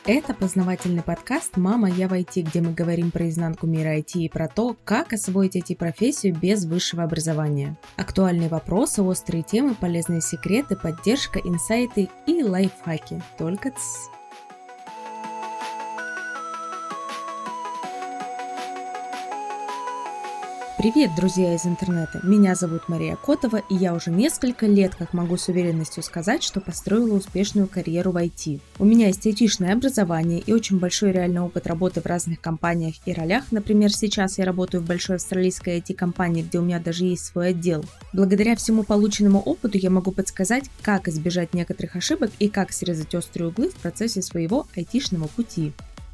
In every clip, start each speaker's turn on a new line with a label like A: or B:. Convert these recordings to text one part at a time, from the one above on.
A: Это познавательный подкаст «Мама, я в IT», где мы говорим про изнанку мира IT и про то, как освоить IT-профессию без высшего образования. Актуальные вопросы, острые темы, полезные секреты, поддержка, инсайты и лайфхаки. Только тс. Привет, друзья из интернета! Меня зовут Мария Котова, и я уже несколько лет как могу с уверенностью сказать, что построила успешную карьеру в IT. У меня есть айтишное образование и очень большой реальный опыт работы в разных компаниях и ролях. Например, сейчас я работаю в большой австралийской IT-компании, где у меня даже есть свой отдел. Благодаря всему полученному опыту я могу подсказать, как избежать некоторых ошибок и как срезать острые углы в процессе своего айтишного пути.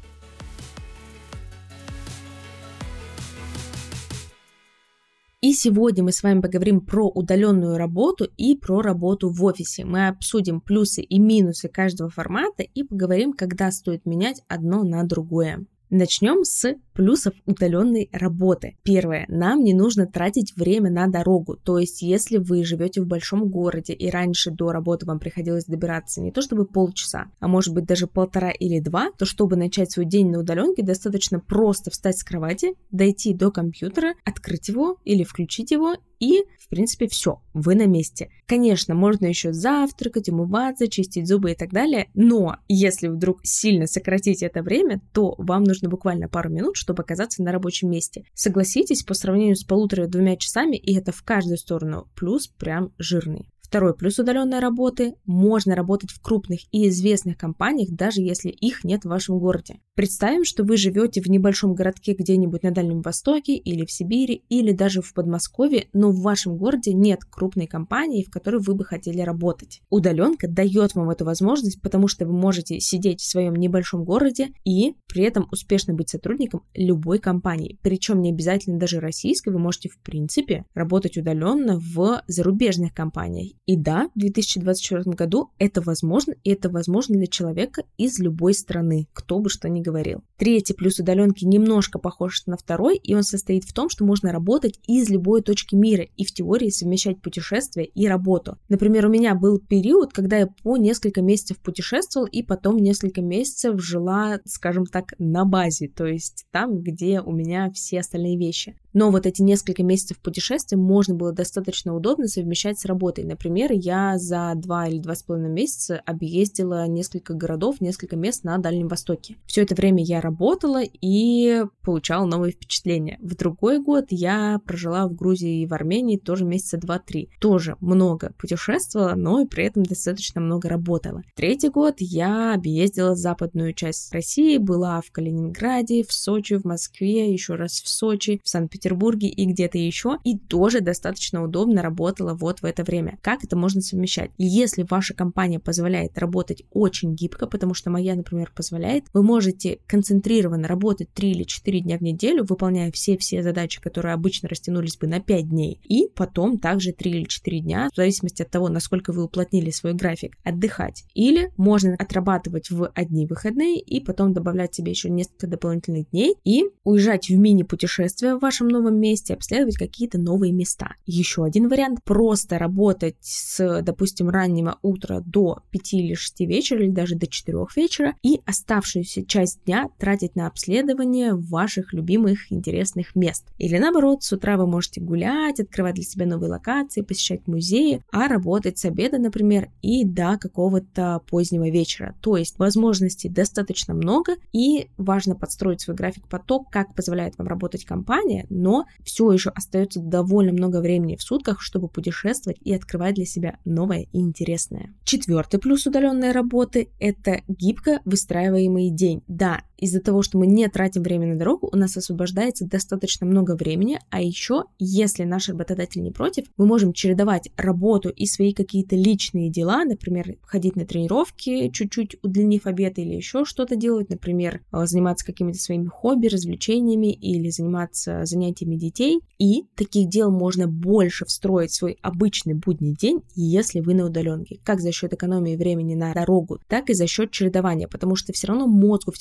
A: И сегодня мы с вами поговорим про удаленную работу и про работу в офисе. Мы обсудим плюсы и минусы каждого формата и поговорим, когда стоит менять одно на другое. Начнем с плюсов удаленной работы. Первое. Нам не нужно тратить время на дорогу. То есть, если вы живете в большом городе и раньше до работы вам приходилось добираться не то чтобы полчаса, а может быть даже 1,5 или 2, то чтобы начать свой день на удаленке, достаточно просто встать с кровати, дойти до компьютера, открыть его или включить его и, в принципе, все, вы на месте. Конечно, можно еще завтракать, умываться, чистить зубы и так далее, но если вдруг сильно сократить это время, то вам нужно буквально пару минут, чтобы оказаться на рабочем месте. Согласитесь, по сравнению с 1,5-2 часами, и это в каждую сторону плюс прям жирный. Второй плюс удаленной работы – можно работать в крупных и известных компаниях, даже если их нет в вашем городе. Представим, что вы живете в небольшом городке где-нибудь на Дальнем Востоке или в Сибири, или даже в Подмосковье, но в вашем городе нет крупной компании, в которой вы бы хотели работать. Удаленка дает вам эту возможность, потому что вы можете сидеть в своем небольшом городе и при этом успешно быть сотрудником любой компании. Причем не обязательно даже российской, вы можете в принципе работать удаленно в зарубежных компаниях. И да, в 2024 году это возможно, и это возможно для человека из любой страны, кто бы что ни говорил. Третий плюс удаленки немножко похож на второй, и он состоит в том, что можно работать из любой точки мира и в теории совмещать путешествия и работу. Например, у меня был период, когда я по несколько месяцев путешествовал и потом несколько месяцев жила, скажем так, на базе, то есть там, где у меня все остальные вещи. Но вот эти несколько месяцев путешествий можно было достаточно удобно совмещать с работой. Например, я за 2 или 2,5 месяца объездила несколько городов, несколько мест на Дальнем Востоке. Все это время я работала и получала новые впечатления. В другой год я прожила в Грузии и в Армении тоже месяца 2-3. Тоже много путешествовала, но и при этом достаточно много работала. Третий год я объездила западную часть России, была в Калининграде, в Сочи, в Москве, еще раз в Сочи, в Санкт-Петербурге и где-то еще, и тоже достаточно удобно работала вот в это время. Как это можно совмещать? Если ваша компания позволяет работать очень гибко, потому что моя, например, позволяет, вы можете концентрированно работать 3 или 4 дня в неделю, выполняя все задачи, которые обычно растянулись бы на 5 дней, и потом также 3 или 4 дня, в зависимости от того, насколько вы уплотнили свой график, отдыхать. Или можно отрабатывать в одни выходные и потом добавлять себе еще несколько дополнительных дней и уезжать в мини-путешествие в вашем новом месте, обследовать какие-то новые места. Еще один вариант – просто работать с, допустим, раннего утра до 5 или 6 вечера, или даже до 4 вечера, и оставшуюся часть дня тратить на обследование ваших любимых интересных мест. Или наоборот, с утра вы можете гулять, открывать для себя новые локации, посещать музеи, а работать с обеда, например, и до какого-то позднего вечера. То есть возможностей достаточно много, и важно подстроить свой график под то, как позволяет вам работать компания, но все еще остается довольно много времени в сутках, чтобы путешествовать и открывать для себя новое и интересное. Четвертый плюс удаленной работы – это гибко выстраиваемый день. Да, из-за того, что мы не тратим время на дорогу, у нас освобождается достаточно много времени, а еще, если наш работодатель не против, мы можем чередовать работу и свои какие-то личные дела, например, ходить на тренировки, чуть-чуть удлинив обед или еще что-то делать, например, заниматься какими-то своими хобби, развлечениями или заниматься занятиями детей. И таких дел можно больше встроить в свой обычный будний день, если вы на удаленке, как за счет экономии времени на дорогу, так и за счет чередования, потому что все равно мозгу в течение дня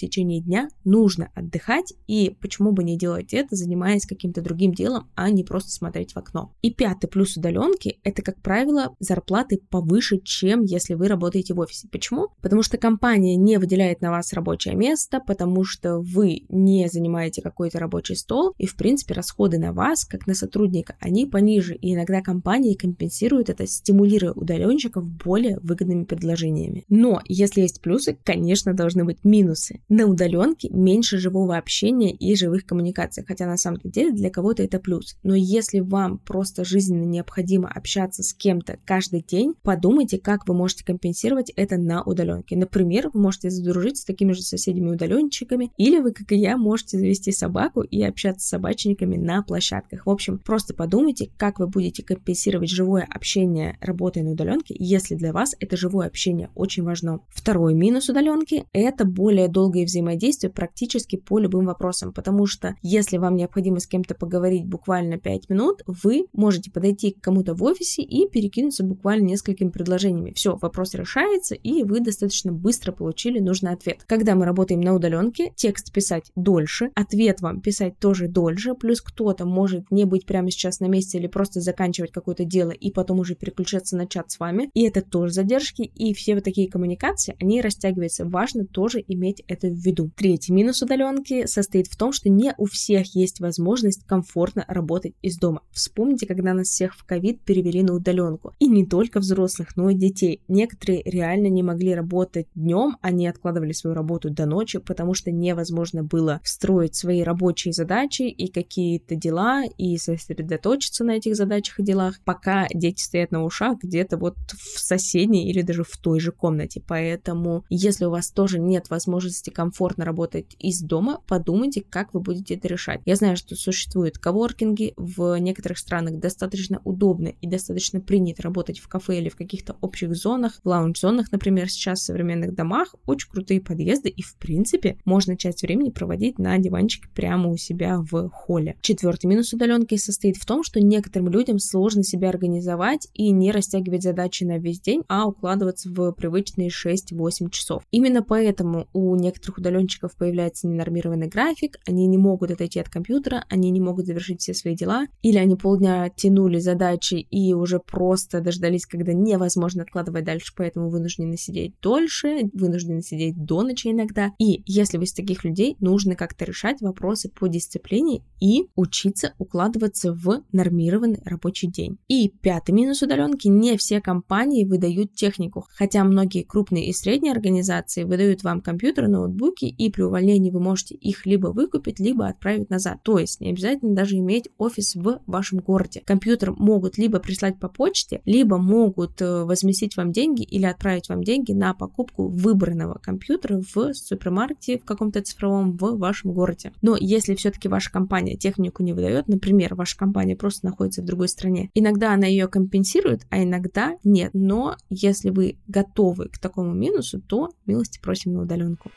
A: дня нужно отдыхать, и почему бы не делать это, занимаясь каким-то другим делом, а не просто смотреть в окно. И 5-й плюс удаленки — это, как правило, зарплаты повыше, чем если вы работаете в офисе. Почему? Потому что компания не выделяет на вас рабочее место, потому что вы не занимаете какой-то рабочий стол, и, в принципе, расходы на вас, как на сотрудника, они пониже, и иногда компании компенсируют это, стимулируя удаленщиков более выгодными предложениями. Но если есть плюсы, конечно, должны быть минусы. На удаленке меньше живого общения и живых коммуникаций, хотя на самом деле для кого-то это плюс. Но если вам просто жизненно необходимо общаться с кем-то каждый день, подумайте, как вы можете компенсировать это на удаленке. Например, вы можете задружиться с такими же соседями-удаленщиками, или вы, как и я, можете завести собаку и общаться с собачниками на площадках. В общем, просто подумайте, как вы будете компенсировать живое общение, работая на удаленке, если для вас это живое общение очень важно. Второй минус удаленки — это более долгое взаимодействие практически по любым вопросам, потому что если вам необходимо с кем-то поговорить буквально 5 минут, вы можете подойти к кому-то в офисе и перекинуться буквально несколькими предложениями. Все, вопрос решается, и вы достаточно быстро получили нужный ответ. Когда мы работаем на удаленке, текст писать дольше, ответ вам писать тоже дольше, плюс кто-то может не быть прямо сейчас на месте или просто заканчивать какое-то дело и потом уже переключаться на чат с вами, и это тоже задержки, и все вот такие коммуникации, они растягиваются. Важно тоже иметь это в виду. Третий минус удаленки состоит в том, что не у всех есть возможность комфортно работать из дома. Вспомните, когда нас всех в ковид перевели на удаленку. И не только взрослых, но и детей. Некоторые реально не могли работать днем, они откладывали свою работу до ночи, потому что невозможно было встроить свои рабочие задачи и какие-то дела, и сосредоточиться на этих задачах и делах, пока дети стоят на ушах где-то вот в соседней или даже в той же комнате. Поэтому, если у вас тоже нет возможности комфортно работать из дома, подумайте, как вы будете это решать. Я знаю, что существуют коворкинги, в некоторых странах достаточно удобно и достаточно принято работать в кафе или в каких-то общих зонах, в лаунж-зонах, например, сейчас в современных домах, очень крутые подъезды, и в принципе можно часть времени проводить на диванчике прямо у себя в холле. 4-й минус удаленки состоит в том, что некоторым людям сложно себя организовать и не растягивать задачи на весь день, а укладываться в привычные 6-8 часов. Именно поэтому у некоторых удаленщиков появляется ненормированный график, они не могут отойти от компьютера, они не могут завершить все свои дела, или они полдня тянули задачи и уже просто дождались, когда невозможно откладывать дальше, поэтому вынуждены сидеть дольше, вынуждены сидеть до ночи иногда. И если вы из таких людей, нужно как-то решать вопросы по дисциплине и учиться укладываться в нормированный рабочий день. И 5-й минус удаленки: не все компании выдают технику, хотя многие крупные и средние организации выдают вам компьютеры, ноутбуки, и при увольнении вы можете их либо выкупить, либо отправить назад. То есть не обязательно даже иметь офис в вашем городе. Компьютер могут либо прислать по почте, либо могут возместить вам деньги или отправить вам деньги на покупку выбранного компьютера в супермаркете, в каком-то цифровом, в вашем городе. Но если все-таки ваша компания технику не выдает, например, ваша компания просто находится в другой стране, иногда она ее компенсирует, а иногда нет. Но если вы готовы к такому минусу, то милости просим на удаленку.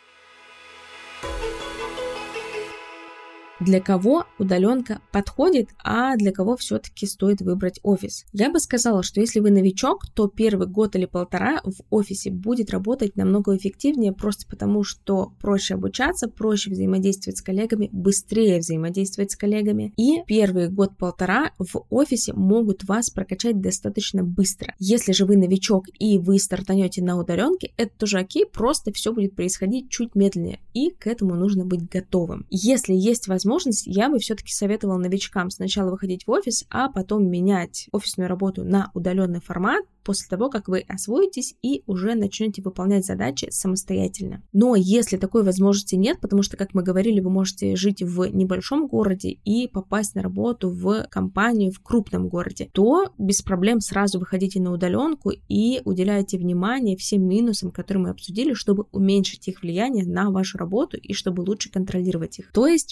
A: Для кого удаленка подходит, а для кого все-таки стоит выбрать офис? Я бы сказала, что если вы новичок, то первый год или полтора в офисе будет работать намного эффективнее, просто потому что проще обучаться, проще взаимодействовать с коллегами, быстрее взаимодействовать с коллегами. И первый год-полтора в офисе могут вас прокачать достаточно быстро. Если же вы новичок и вы стартанете на удаленке, это тоже окей, просто все будет происходить чуть медленнее, и к этому нужно быть готовым. Если есть возможность, я бы все-таки советовала новичкам сначала выходить в офис, а потом менять офисную работу на удаленный формат после того, как вы освоитесь и уже начнете выполнять задачи самостоятельно. Но если такой возможности нет, потому что, как мы говорили, вы можете жить в небольшом городе и попасть на работу в компанию в крупном городе, то без проблем сразу выходите на удаленку и уделяйте внимание всем минусам, которые мы обсудили, чтобы уменьшить их влияние на вашу работу и чтобы лучше контролировать их. То есть, резюмируя,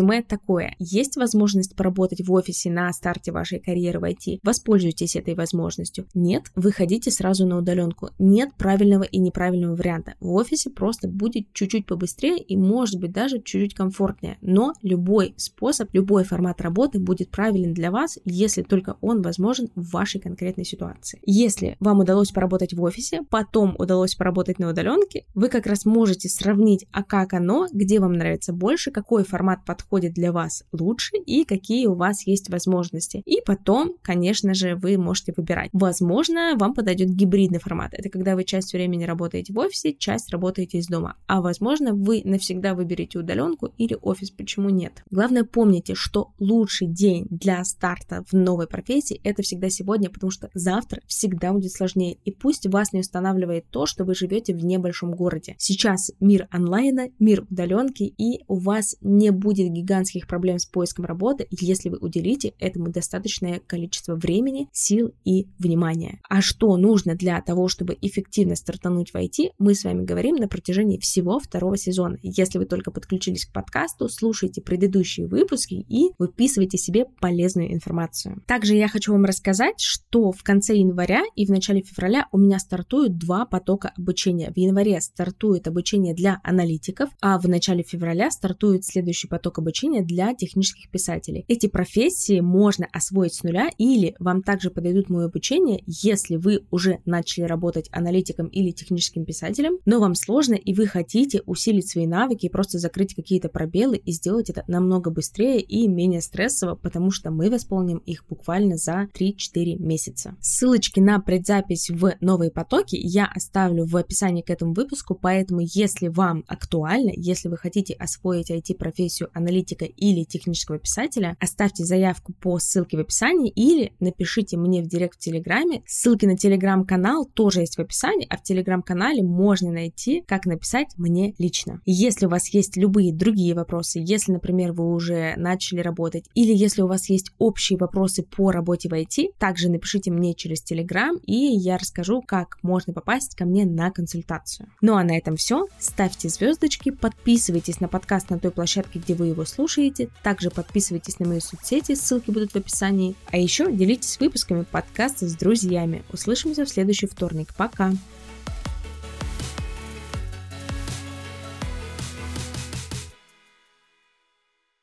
A: Резюме такое. Есть возможность поработать в офисе на старте вашей карьеры в IT? Воспользуйтесь этой возможностью. Нет, выходите сразу на удаленку. Нет правильного и неправильного варианта. В офисе просто будет чуть-чуть побыстрее и, может быть, даже чуть-чуть комфортнее. Но любой способ, любой формат работы будет правилен для вас, если только он возможен в вашей конкретной ситуации. Если вам удалось поработать в офисе, потом удалось поработать на удаленке, вы как раз можете сравнить, а как оно, где вам нравится больше, какой формат подходит для вас лучше и какие у вас есть возможности. И потом, конечно же, вы можете выбирать. Возможно, вам подойдет гибридный формат. Это когда вы часть времени работаете в офисе, часть работаете из дома. А возможно, вы навсегда выберете удаленку или офис. Почему нет? Главное, помните, что лучший день для старта в новой профессии — это всегда сегодня, потому что завтра всегда будет сложнее. И пусть вас не устанавливает то, что вы живете в небольшом городе. Сейчас мир онлайна, мир удаленки, и у вас не будет гигантских проблем с поиском работы, если вы уделите этому достаточное количество времени, сил и внимания. А что нужно для того, чтобы эффективно стартануть в IT, мы с вами говорим на протяжении всего второго сезона. Если вы только подключились к подкасту, слушайте предыдущие выпуски и выписывайте себе полезную информацию. Также я хочу вам рассказать, что в конце января и в начале февраля у меня стартуют 2 потока обучения. В январе стартует обучение для аналитиков, а в начале февраля стартует следующий поток обучения для технических писателей. Эти профессии можно освоить с нуля, или вам также подойдут мое обучение, если вы уже начали работать аналитиком или техническим писателем, но вам сложно и вы хотите усилить свои навыки и просто закрыть какие-то пробелы и сделать это намного быстрее и менее стрессово, потому что мы восполним их буквально за 3-4 месяца. Ссылочки на предзапись в новые потоки я оставлю в описании к этому выпуску, поэтому если вам актуально, если вы хотите освоить IT-профессию аналитика или технического писателя, оставьте заявку по ссылке в описании или напишите мне в директ в Телеграме. Ссылки на Телеграм-канал тоже есть в описании, а в Телеграм-канале можно найти, как написать мне лично. Если у вас есть любые другие вопросы, если, например, вы уже начали работать, или если у вас есть общие вопросы по работе в IT, также напишите мне через Телеграм, и я расскажу, как можно попасть ко мне на консультацию. Ну а на этом все. Ставьте звездочки, подписывайтесь на подкаст на той площадке, где вы его слушаете, также подписывайтесь на мои соцсети, ссылки будут в описании, а еще делитесь выпусками подкаста с друзьями. Услышимся в следующий вторник. Пока!